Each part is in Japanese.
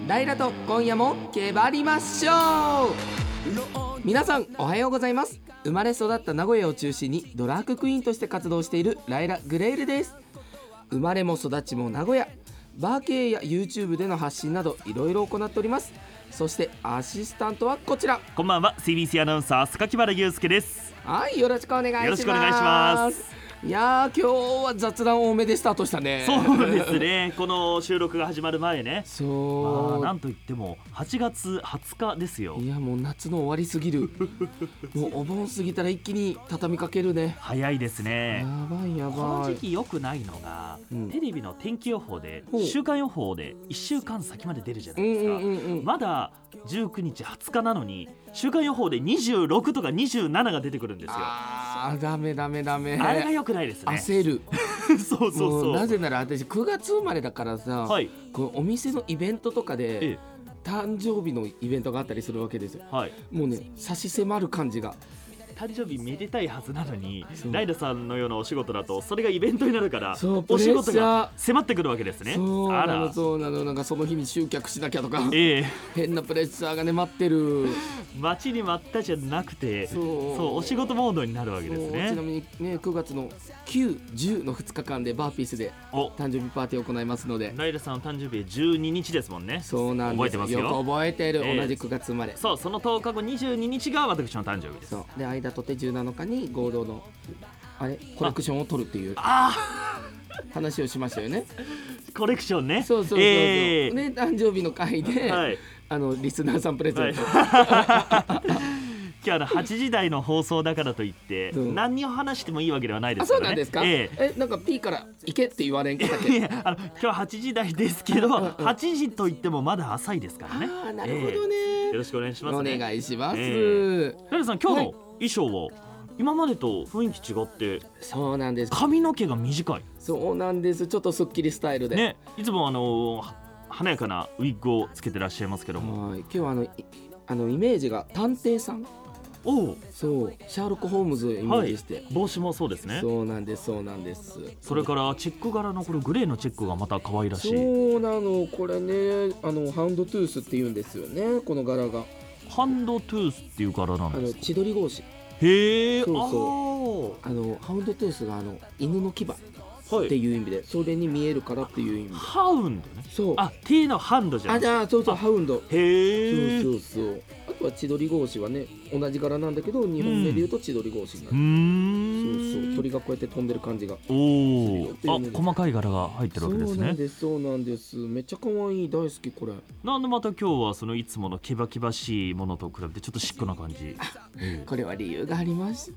ライラと今夜もけばりましょう。皆さんおはようございます。生まれ育った名古屋を中心にドラァグクイーンとして活動しているライラグレイルです。生まれも育ちも名古屋、バー経営や YouTube での発信などいろいろ行っております。そしてアシスタントはこちら。 こんばんは、 CBC アナウンサー榊原祐介です。 はい、よろしくお願いします。 よろしくお願いします。 いやー、今日は雑談多めでスタートしたね。 そうですねこの収録が始まる前ね。 そう、 なんといっても8月20日ですよ。 いや、もう夏の終わりすぎるもうお盆過ぎたら一気に畳みかけるね。 早いですね。 やばいやばい。 この時期良くないのが、テレビの天気予報で週間予報で1週間先まで出るじゃないですか。まだ19日20日なのに週間予報で26とか27が出てくるんですよ。 ダメダメダメ。 あれが良くないですね。 焦るそうそうそう。 なぜなら私9月生まれだからさ、 はい、 このお店のイベントとかで、誕生日のイベントがあったりするわけですよ。はい、もうね、差し迫る感じが。 誕生日めでたいはずなのに、ライラさんのようなお仕事だとそれがイベントになるから、お仕事が迫ってくるわけですね。 そうなのなんかその日に集客しなきゃとか、変なプレッシャーがね待ってる。 待ちに待ったじゃなくて、そうお仕事モードになるわけですね。 ちなみにね、9月の9、10の2日間でバーピースで誕生日パーティーを行いますので。 ライラさんの誕生日12日ですもんね。 そうなんです。 覚えてますよ。 よく覚えてる、同じ9月生まれ。 そう、その10日後22日が私の誕生日です。 そうで、間取って17日に合同のコレクションを取るっていう話をしましたよね。 コレクションね。 そうね、誕生日の会で、リスナーさんプレゼント、 今日8時台の放送だからといって何を話してもいいわけではないですからね。 そうなんですか。なんか P から行けって言われんかったっけ。 今日8時台ですけど8時といってもまだ浅いですからね。 なるほどね。 よろしくお願いしますね。 お願いします。 ライラさん、今日の衣装を今までと雰囲気違って。 そうなんです。 髪の毛が短い。 そうなんです。ちょっとスッキリスタイルで、ね、 いつも華やかなウィッグをつけてらっしゃいますけども、 今日はイメージが探偵さん。そうシャーロック・ホームズをイメージして、 帽子もそうですね。 そうなんです。 それからチェック柄のこれグレーのチェックがまた可愛らしい。 そうなの。これね、ハウンドトゥースっていうんですよね、この柄が。 ハンドトゥースっていう柄なんですか。 千鳥格子。 へえ。 そうハウンドトゥースが犬の牙っていう意味で、それに見えるからっていう意味でハウンドね。 そう、 T のハンドじゃん。 そうハウンド。 へえ。 そうあとは千鳥格子はね、同じ柄なんだけど2本目で言うと千鳥格子になる。そう鳥がこうやって飛んでる感じが。 細かい柄が入ってるわけですね。 そうなんです。めっちゃ可愛い。大好きこれ。 なんでまた今日はそのいつものケバケバしいものと比べてちょっとシックな感じ。 これは理由がありまして、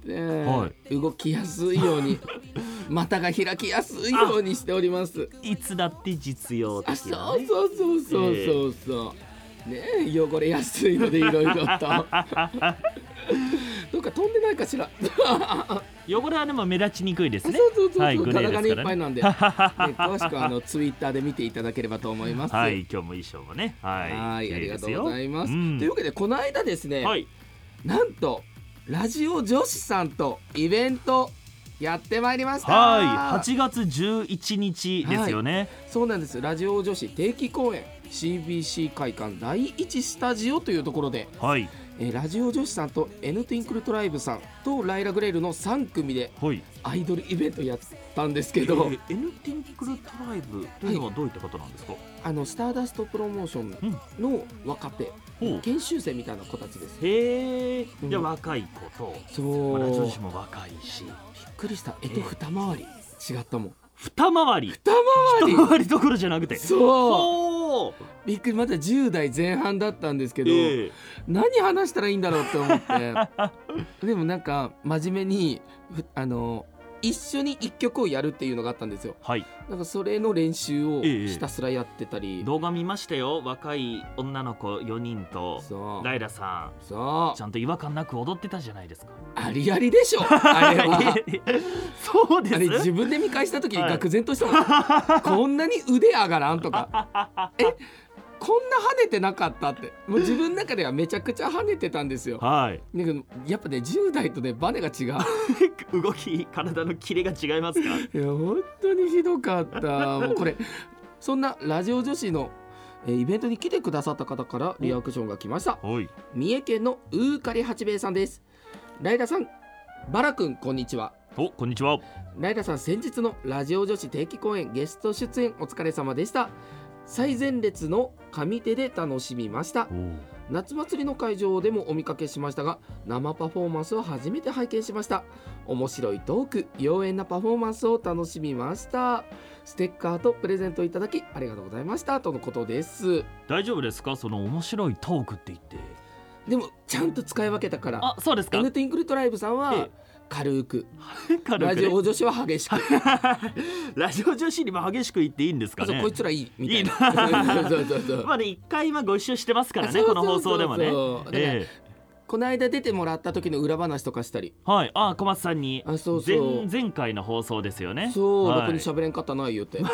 動きやすいように股が開きやすいようにしております。 いつだって実用的なね。 そうね、汚れやすいのでいろいろとどうか飛んでないかしら。 汚れはでも目立ちにくいですね。 ガラガラいっぱいなんで、詳しくツイッターで見ていただければと思います。 今日も衣装もね、 ありがとうございます。というわけで、この間ですね、なんとラジオ女子さんとイベントやってまいりました。 8月11日ですよね。 そうなんです。ラジオ女子定期公演 CBC 会館第1スタジオというところで、ラジオ女子さんと N ティンクルトライブさんとライラグレイルの3組でアイドルイベントやったんですけど、 N ティンクルトライブというのはどういった方なんですか。 スターダストプロモーションの若手、研修生みたいな子たちです。 へえ。じゃあ若い子と、ラジオ女子も若いし、びっくりした。二回り違ったもん。 二回りどころじゃなくて、 そうびっくり。まだ10代前半だったんですけど、何話したらいいんだろうって思ってでもなんか真面目に一緒に一曲をやるっていうのがあったんですよ。なんかそれの練習をひたすらやってたり、 動画見ましたよ。若い女の子4人とライラさん、ちゃんと違和感なく踊ってたじゃないですか。 ありありでしょあれは。 そうです。 あれ自分で見返した時に愕然としたもん、こんなに腕上がらんとかこんな跳ねてなかったって、もう自分の中ではめちゃくちゃ跳ねてたんですよ。だけどやっぱね、10代とねバネが違う動き、体のキレが違いますか。 いや本当にひどかったもうこれそんなラジオ女子のイベントに来てくださった方からリアクションが来ました。三重県のウーカリ八兵衛さんです。ライラさん、バラくん、こんにちは。 こんにちは。 ライラさん、先日のラジオ女子定期公演ゲスト出演お疲れ様でした。最前列の上手で楽しみました。夏祭りの会場でもお見かけしましたが、生パフォーマンスを初めて拝見しました。面白いトーク、妖艶なパフォーマンスを楽しみました。ステッカーとプレゼントいただきありがとうございましたとのことです。 大丈夫ですか、その面白いトークって言って。 でもちゃんと使い分けたから。 そうですか。 N ティンクルトライブさんは軽く、ラジ軽くね、 オ女子は激しくラジオ女子にも激しく言っていいんですかね。 こいつらいいみたいな。そうまあね、1回ご一緒してますからね、この放送でもね。 この間出てもらった時の裏話とかしたり。 はい、小松さんに。 そう前回の放送ですよね。 そう、ろくに喋れんかったな言うて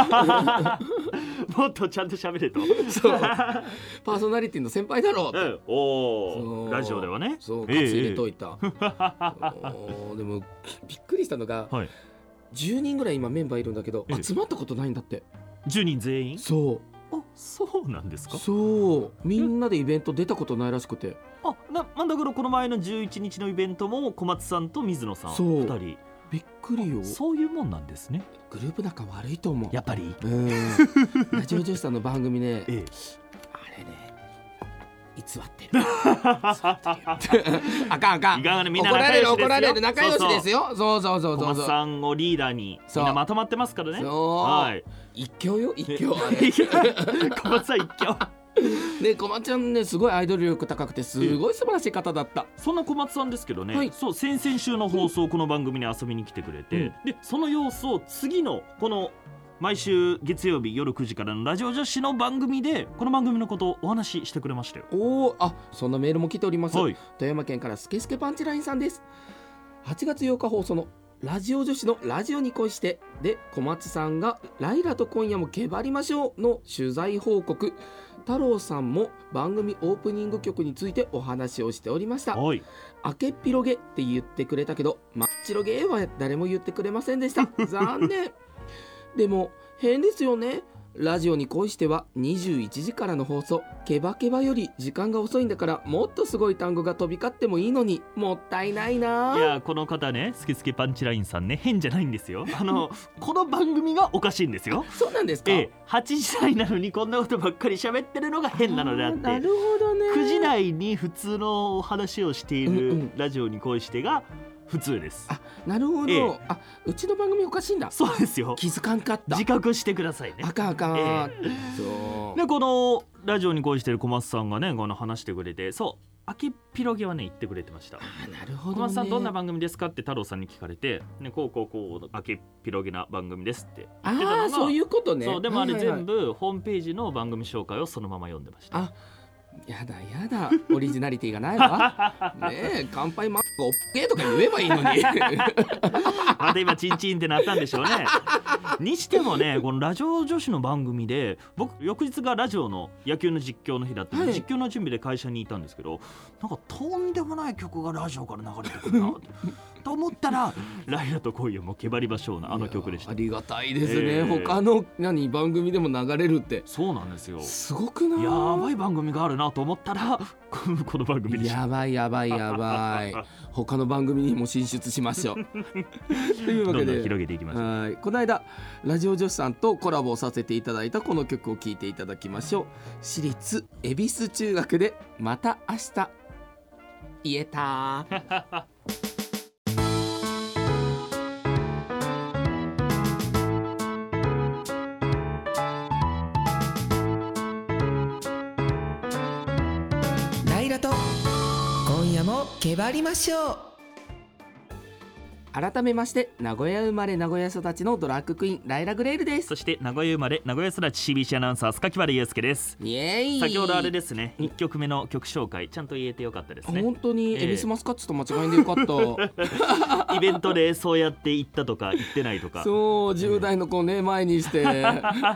もっとちゃんと喋れと。 そうパーソナリティの先輩だろうって、 ラジオではね。 そう、勝つ入れといた、でもびっくりしたのが、10人ぐらい今メンバーいるんだけど、集まったことないんだって。 10人全員。 そうなんですか。 そう、みんなでイベント出たことないらしくて。 なんだからこの前の11日のイベントも小松さんと水野さん2人。 びっくりよ。 そういうもんなんですね。 グループ仲悪いと思う、 やっぱり。 ラジオ女子さんの番組ね、あれね偽ってるあかんみんな仲良しですよ。怒られる仲良しですよ。そう小松さんをリーダーにみんなまとまってますからね。 一強よ、一強小松さん一強ね、小松ちゃんね、すごいアイドル力高くてすごい素晴らしい方だった。 そんな小松さんですけどね、そう、先々週の放送、この番組に遊びに来てくれて、でその様子を次のこの毎週月曜日夜9時からのラジオ女子の番組でこの番組のことをお話ししてくれましたよ。 そんなメールも来ております。富山県からスケスケパンチラインさんです。8月8日放送のラジオ女子のラジオに恋してで、小松さんがライラと今夜もけばりましょうの取材報告、太郎さんも番組オープニング曲についてお話をしておりました。明けっぴろげって言ってくれたけど、真っ白げは誰も言ってくれませんでした残念でも変ですよね。ラジオに恋しては21時からの放送、ケバケバより時間が遅いんだから、もっとすごい単語が飛び交ってもいいのに、もったいないな。 いや、この方ね、スケスケパンチラインさんね、変じゃないんですよ。この番組がおかしいんですよ。 そうなんですか。 8時台なのにこんなことばっかり喋ってるのが変なのであって、 なるほどね。 9時台に普通の話をしているラジオに恋してが普通です。 なるほど。うちの番組おかしいんだ。 そうですよ。 気づかんかった。 自覚してくださいね。 あかん。 で、このラジオに恋してる小松さんがね、この話してくれて、明けっぴろげはね言ってくれてました。 なるほどね。 小松さんどんな番組ですかって太郎さんに聞かれて、こう明けっぴろげな番組ですって言ってたのが。 そういうことね。 でもあれ全部ホームページの番組紹介をそのまま読んでました。 やだオリジナリティがないわねえ、乾杯マッコオッケーとか言えばいいのにまた今チンチンってなったんでしょうねにしてもね、このラジオ女子の番組で僕翌日がラジオの野球の実況の日だったので、実況の準備で会社にいたんですけど、なんかとんでもない曲がラジオから流れてくるなと思ったらライラと恋をもけばりましょうの曲でした。 ありがたいですね、他の番組でも流れるって。 そうなんですよ。 すごくない？ やばい番組があるなと思ったらこの番組でした。 やばい他の番組にも進出しましょうというわけでどんどん広げていきましょう。 この間ラジオ女子さんとコラボをさせていただいたこの曲を聴いていただきましょう。私立恵比寿中学でまた明日言えたライラと今夜もけばりましょう。改めまして名古屋生まれ名古屋育ちのドラッグクイーンライラグレイルです。 そして名古屋生まれ名古屋育ち CBC アナウンサー塚原祐介です。 イエーイ。 先ほどあれですね、1曲目の曲紹介ちゃんと言えてよかったですね。 本当にエビスマスカッツと間違えんでよかったイベントでそうやって言ったとか言ってないとか、 そう10代の子ね前にして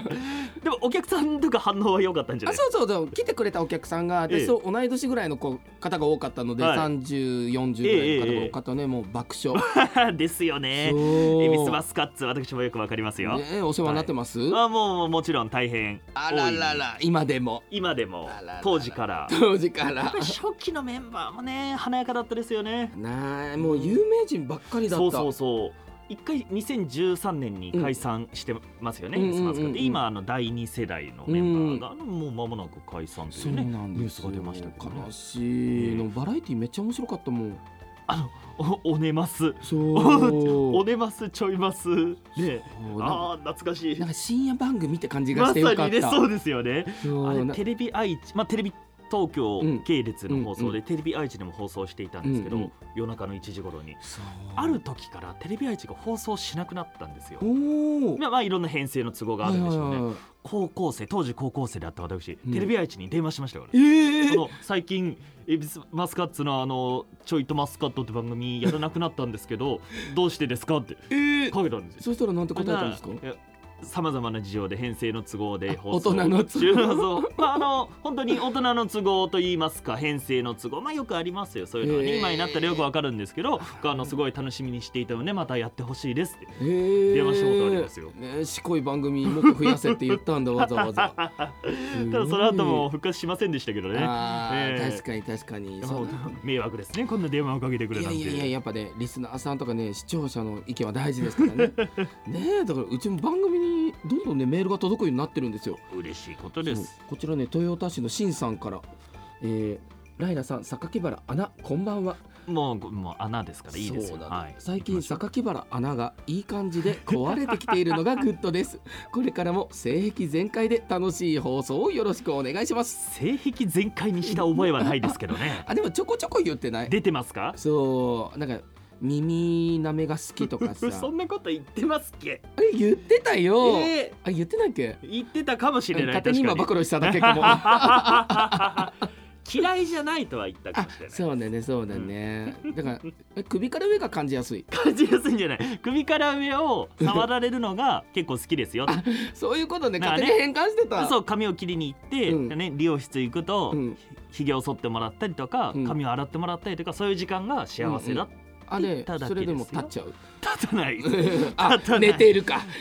でもお客さんとか反応は良かったんじゃないですか。 そう来てくれたお客さんがで、そう同い年ぐらいの方が多かったので、30、40ぐらいの方が多かったね。もう爆笑ですよね。恵比寿マスカッツ、私もよくわかりますよ、 お世話になってます、 もちろん大変。 あららら、今でも当時から初期のメンバーもね華やかだったですよね。 もう有名人ばっかりだった。 そう一回2013年に解散してますよね、で今第2世代のメンバーがもう間もなく解散というね、ニュースが出ましたけどね。 悲しいの、バラエティめっちゃ面白かったもん。 おねますおねますちょいますね。懐かしい。 なんか深夜番組って感じがしてよかった。 まさにね、そうですよね。テレビ愛知、テレビ東京系列の放送でテレビ愛知でも放送していたんですけど、夜中の1時頃にある時からテレビ愛知が放送しなくなったんですよ。いろんな編成の都合があるんでしょうね。当時高校生であった私、テレビ愛知に電話しましたから、最近恵比寿マスカッツのちょいとマスカットって番組やらなくなったんですけどどうしてですかってかけたんですよ。 そしたらなんて答えたんですか？ さまざまな事情で編成の都合で大人の都合本当に大人の都合といいますか編成の都合、よくありますよそういうのはね。今になったらよくわかるんですけど、すごい楽しみにしていたのでまたやってほしいですって電話したことありますよ。 しこい番組もっと増やせって言ったんだわざわざ。ただその後も復活しませんでしたけどね。 確かに迷惑ですね、こんな電話をかけてくれなんて。 いややっぱねリスナーさんとかね視聴者の意見は大事ですからね。だからうちも番組にどんどんねメールが届くようになってるんですよ。 嬉しいことです。 こちらね豊田市のしんさんから、ライラさん榊原アナこんばんは。 もう穴ですからいいですよ。 最近榊原アナがいい感じで壊れてきているのがグッドです。これからも性癖全開で楽しい放送をよろしくお願いします。 性癖全開にした覚えはないですけどね。 でもちょこちょこ言ってない？出てますか？ そうなんか耳なめが好きとかさそんなこと言ってますっけ？ 言ってたよ。言ってないっけ？ 言ってたかもしれない。 勝手に今暴露しただけかも。 嫌いじゃないとは言ったかもしれない。 そうだね、だから首から上が感じやすいんじゃない。首から上を触られるのが結構好きですよ。 そういうことね。勝手に変換してた。 そう髪を切りに行って、理容室行くと、ひげを剃ってもらったりとか、髪を洗ってもらったりとか、そういう時間が幸せだ。 それでも立っちゃう？ 立たない。 寝ているか。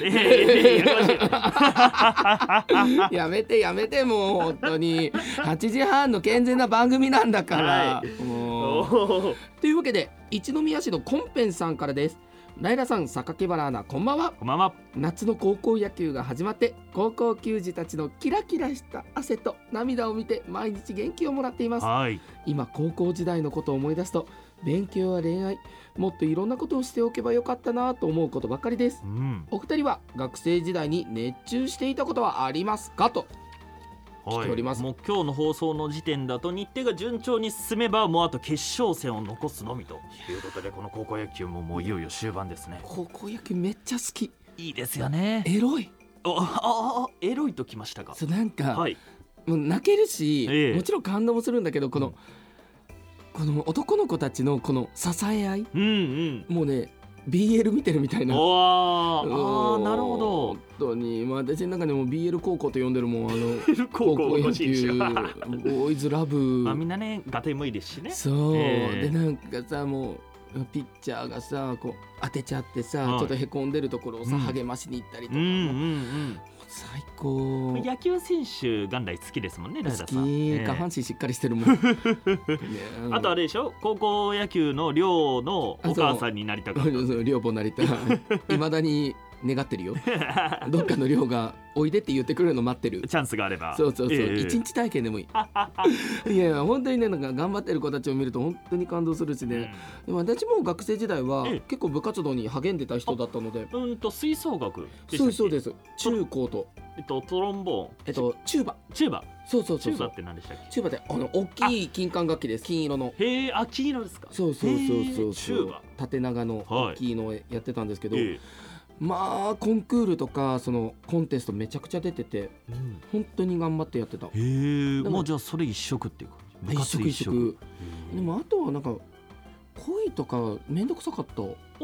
やめてもう本当に8時半の健全な番組なんだから。というわけで一宮市のコンペンさんからです。ライラさん、榊原アナこんばんは。 こんばんは。 夏の高校野球が始まって高校球児たちのキラキラした汗と涙を見て毎日元気をもらっています。今高校時代のことを思い出すと勉強や恋愛もっといろんなことをしておけばよかったなと思うことばかりです、お二人は学生時代に熱中していたことはありますかと来ております。 もう今日の放送の時点だと日程が順調に進めばもうあと決勝戦を残すのみということで、この高校野球ももういよいよ終盤ですね。 高校野球めっちゃ好き。 いいですよね。 エロい。 エロいときましたか。 そうなんか、もう泣けるし、もちろん感動もするんだけど、この男の子たちのこの支え合い、もうね BL 見てるみたいな。なるほど。 本当に、私の中でも BL 高校と呼んでるもん。 高校野球ボーイズラブ、 みんなねガテもいいですしね。 そう、でなんかさもうピッチャーがさこう当てちゃってさ、ちょっとへこんでるところをさ、励ましに行ったりとか、最高。 野球選手元来好きですもんね。 好き、下半身しっかりしてるもん。 あとあれでしょ、高校野球の寮のお母さんになりたかった。 寮母になりたい。未だに願ってるよ。どっかの寮がおいでって言ってくれるの待ってる。 チャンスがあれば。 そう一日体験でもいい。いや本当にね、なんか頑張ってる子たちを見ると本当に感動するしね、でも私も学生時代は結構部活動に励んでた人だったので。 吹奏楽でしたっけ？ そうです。中高とトロンボーン、 チューバ。そうチューバって何でしたっけ？ チューバで大きい金管楽器です。金色の。 金色ですか？ そうチューバ縦長の大きいのをやってたんですけど、コンクールとかそのコンテストめちゃくちゃ出てて、本当に頑張ってやってた。 もうじゃあそれ一色っていうか。 一色。でもあとはなんか恋とかめんどくさかった。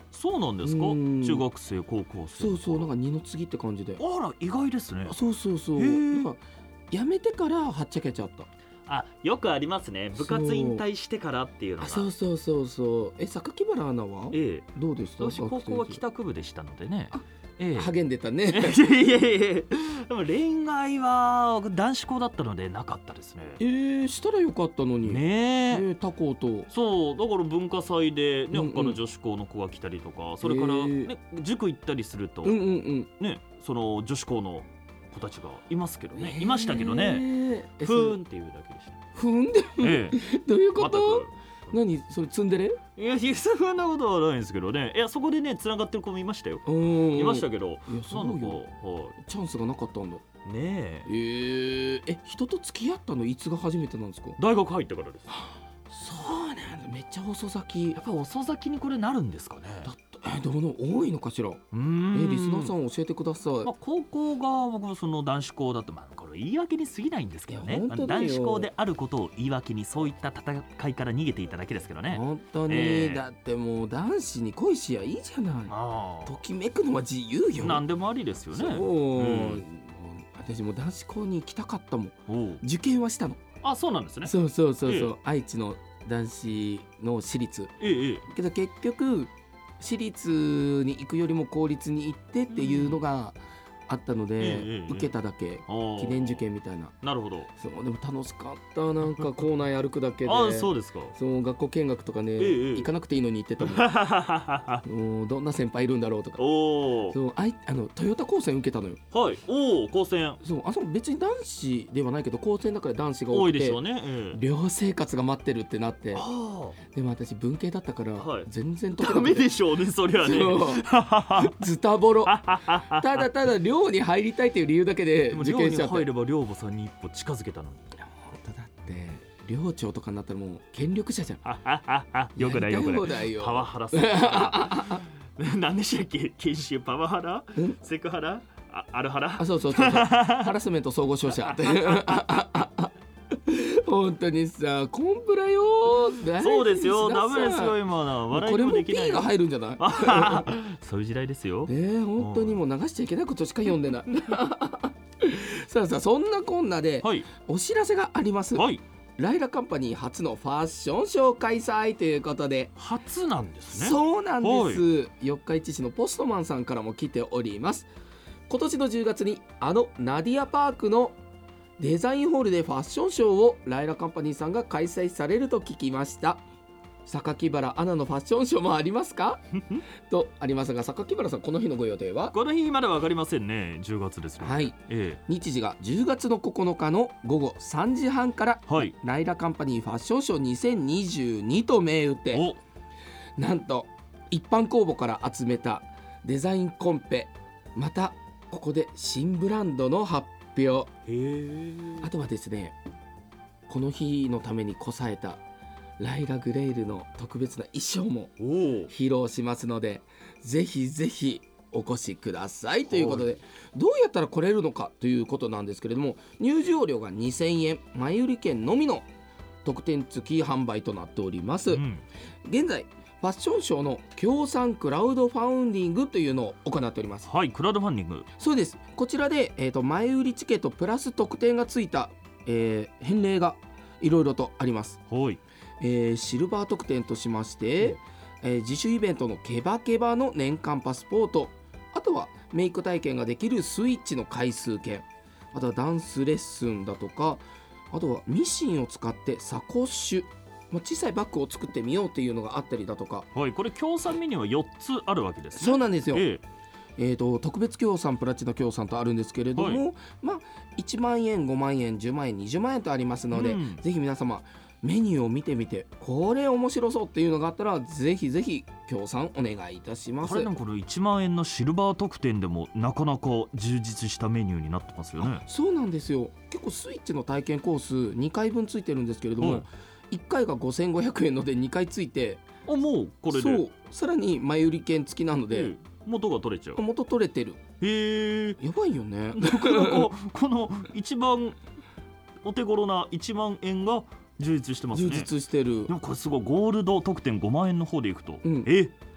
そうなんですか。中学生高校生。 そうなんか二の次って感じで。 あら意外ですね。 そうなんか辞めてからはっちゃけちゃった。 よくありますね、部活引退してからっていうのが。 そう榊原アナは、どうでした？ 私高校は帰宅部でしたのでね。 励んでたね。 いやでも恋愛は男子校だったのでなかったですね。 したらよかったのにね。他校と。 そうだから文化祭で、ね、他の女子校の子が来たりとか、それから、ね、塾行ったりすると、ね、その女子校の子たちがいますけどね、いましたけどね。ふーんっていうだけでした。 ふーんで、どういうこと？何それツンデレ？ いやそんなことはないんですけどね。いやそこでね繋がってる子もいましたよ。いましたけど、 そうよ、チャンスがなかったんだね。 人と付き合ったのいつが初めてなんですか？ 大学入ってからです。 そうなんだ、めっちゃ遅咲き。 やっぱ遅咲きにこれなるんですかね。 でも多いのかしら。リスナーさん教えてください。 高校が僕もその男子校だと、これ言い訳に過ぎないんですけどね。男子校であることを言い訳にそういった戦いから逃げていただけですけどね。 本当に、だってもう男子に恋しやいいじゃない。ときめくのは自由よ。 何でもありですよね。 私も男子校に行きたかったもん。受験はしたの。 そうなんですね。 そう愛知の男子の私立、けど結局私立に行くよりも公立に行ってっていうのがあったので、受けただけ、記念受験みたいな。 なるほど。 そうでも楽しかった。なんか校内歩くだけでそうですか。 そう学校見学とかね、行かなくていいのに行ってたもん。どんな先輩いるんだろうとか。そうトヨタ高専受けたのよ。 高専。 そう別に男子ではないけど高専だから男子が多くて、 多いでしょうね。 寮生活が待ってるってなって、でも私文系だったから全然解けなくて。 ダメでしょうねそりゃね。 ズタボロ。ただ寮に入りたいっていう理由だけで受験しちゃって。 寮に入れば寮母さんに一歩近づけたのに。 本当だって寮長とかになったらもう権力者じゃん。 よくないパワハラする。何でしたっけ、研修パワハラ、セクハラ、アルハラ。 そうハラスメント総合商社。本当にさ、コンプラよ。 そうですよ、ダメですよ今の。笑いもできない。 これも P が入るんじゃない？ そういう時代ですよ。 本当にもう流しちゃいけないことしか読んでない。さあそんなこんなでお知らせがあります。ライラカンパニー初のファッションショー開催ということで。 初なんですね。 そうなんです。四日市市のポストマンさんからも来ております。今年の10月にナディアパークのデザインホールでファッションショーをライラカンパニーさんが開催されると聞きました。榊原アナのファッションショーもありますか？とありますが、榊原さんこの日のご予定は？ この日まだ分かりませんね。10月ですね。 日時が10月の9日の午後3時半から、ライラカンパニーファッションショー2022と銘打って、なんと一般公募から集めたデザインコンペ、またここで新ブランドの発表、あとはですね、この日のためにこさえたライラグレイルの特別な衣装も披露しますので、ぜひぜひお越しくださいということで、どうやったら来れるのかということなんですけれども、入場料が2000円、前売り券のみの特典付き販売となっております。現在ファッションショーの協賛クラウドファウンディングというのを行っております。 クラウドファンディング。 そうです。こちらで、前売りチケットプラス特典がついた、返礼がいろいろとあります。シルバー特典としまして、自主イベントのケバケバの年間パスポート、あとはメイク体験ができるスイッチの回数券、あとはダンスレッスンだとか、あとはミシンを使ってサコッシュ、小さいバッグを作ってみようっていうのがあったりだとか。 これ協賛メニューは4つあるわけですね。 そうなんですよ。特別協賛、プラチナ協賛とあるんですけれども、1万円、5万円、10万円、20万円とありますので、ぜひ皆様メニューを見てみて、これ面白そうっていうのがあったらぜひぜひ協賛お願いいたします。 これでもこの1万円のシルバー特典でもなかなか充実したメニューになってますよね。 そうなんですよ。結構スイッチの体験コース2回分ついてるんですけれども、1回が5500円ので2回ついて、 もうこれでそうさらに前売り券付きなので、 元が取れちゃう。 元取れてる。やばいよね。 なかなかこの一番お手頃な1万円が充実してますね。 充実してる。 でもこれすごい、ゴールド特典5万円の方でいくと、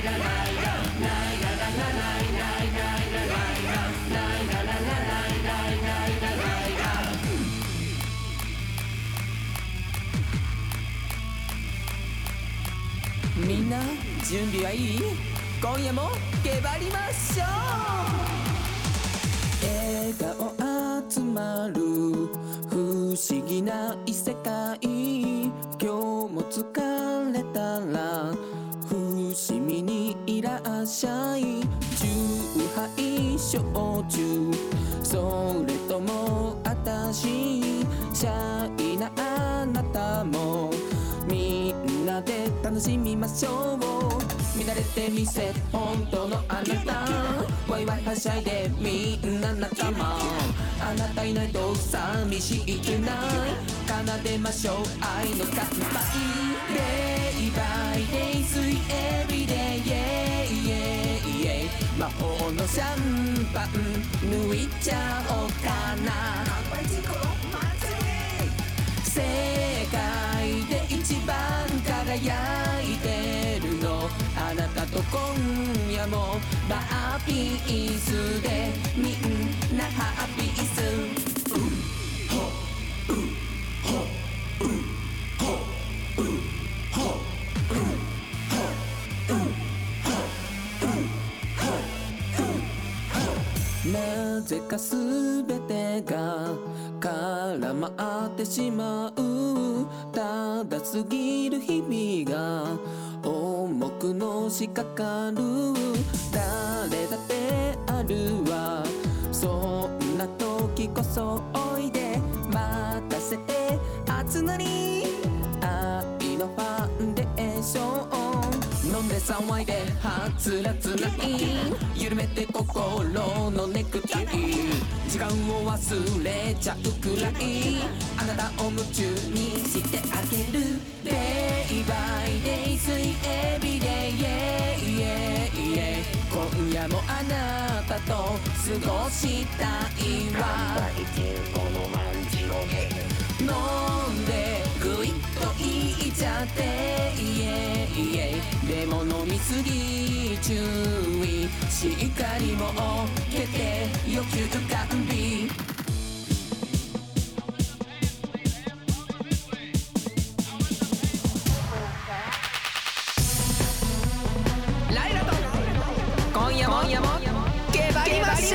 みんな準備はいい？今夜もけばりましょう。笑顔集まる不思議な異世界。今日も疲れたら伏見にいらっしゃい。酎ハイ焼酎それともあたしシャイなあなたもみんなで楽しみましょう。乱れてみせ本当のあなたワイワイはしゃいでみんな仲間。あなたいないと寂しいくない奏でましょう愛の乾杯。Day by day sweet every day yeah yeah yeah 魔法のシャンパン抜いちゃおうかな。乾杯事故世界で一番輝いてるのあなたと今夜もバーピースでみんなハッピース。なぜかすべてが絡まってしまう。ただ過ぎる日々が重くのしかかる。誰だってあるわそんな時こそおいで待たせて熱なり愛のファンデーション飲んで騒いではつらつない緩めて心のネクタイ時間を忘れちゃうくらいあなたを夢中にしてあげる Day by day sweet every day yeah yeah yeah 今夜もあなたと過ごしたいわ飲んでグイッといっちゃってでも飲みすぎ注意しっかりもけて欲求完備ライラと今夜もけばりましょう。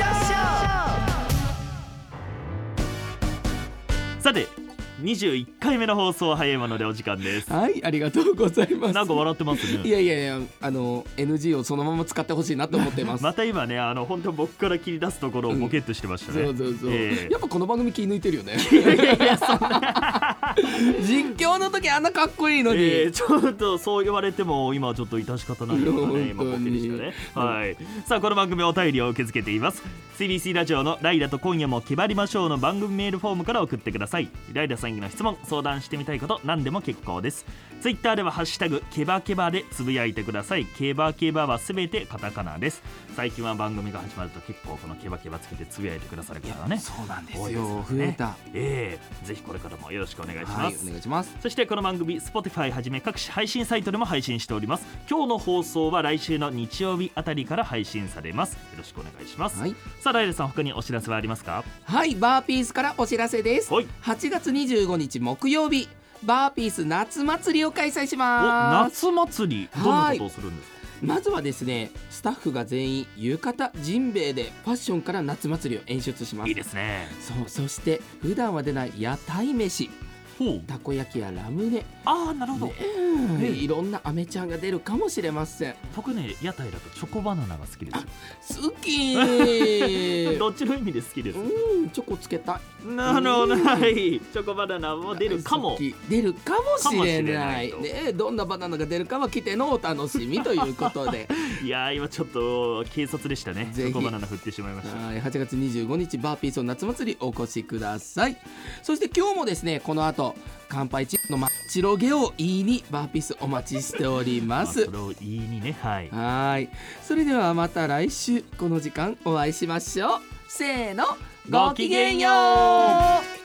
さて21回目の放送早いものでお時間です。 はい、ありがとうございます。 なんか笑ってますね。 いやNG をそのまま使ってほしいなと思ってますまた今ね本当僕から切り出すところをボケっとしてましたね、 そう、やっぱこの番組気抜いてるよねいやそんな実況の時あんなかっこいいのに、 ちょっとそう言われても今はちょっと致し方ないようなね今ボケでしたね、はい、さあこの番組お便りを受け付けています。 CBC ラジオのライラと今夜もけばりましょうの番組メールフォームから送ってください。ライラさんへの質問相談してみたいこと何でも結構です。ツイッターではハッシュタグケバケバでつぶやいてください。ケバケバはすべてカタカナです。最近は番組が始まると結構このケバケバつけてつぶやいてくださる方がねそうなんですよ、 多いですからね。 増えた。 ぜひこれからもよろしくお願いしします、 はい、お願いします。 そしてこの番組 Spotify はじめ各種配信サイトでも配信しております。今日の放送は来週の日曜日あたりから配信されます。よろしくお願いします、 はい、 さあライラさん、他にお知らせはありますか？ はい、バーピースからお知らせです。 はい、 8月25日木曜日、バーピース夏祭りを開催しお、 ます。 夏祭り、どんなことをするんですか？ まずはですね、スタッフが全員浴衣ジンベエでファッションから夏祭りを演出します。 いいですね。 そして普段は出ない屋台飯、 ほう、 たこ焼きやラムネ、 ああ、なるほど、 いろんなアメちゃんが出るかもしれません。 僕ね、屋台だとチョコバナナが好きですよ。 好きどっちの意味で好きです？ チョコつけたい。 なるほど、はい、チョコバナナも出るかも。 出るかもしれないかもしね。どんなバナナが出るかは来てのお楽しみということでいやー、今ちょっと軽率でしたね。チぜひョコバナナ振ってしまいました。 はい、8月25日バーピースの夏祭りお越しください。そして今日もですね、この後乾杯チの白毛を言いにバーピースお待ちしておりますそれを言いにね、はい、 はい、それではまた来週この時間お会いしましょう。せーの、ごきげんよう。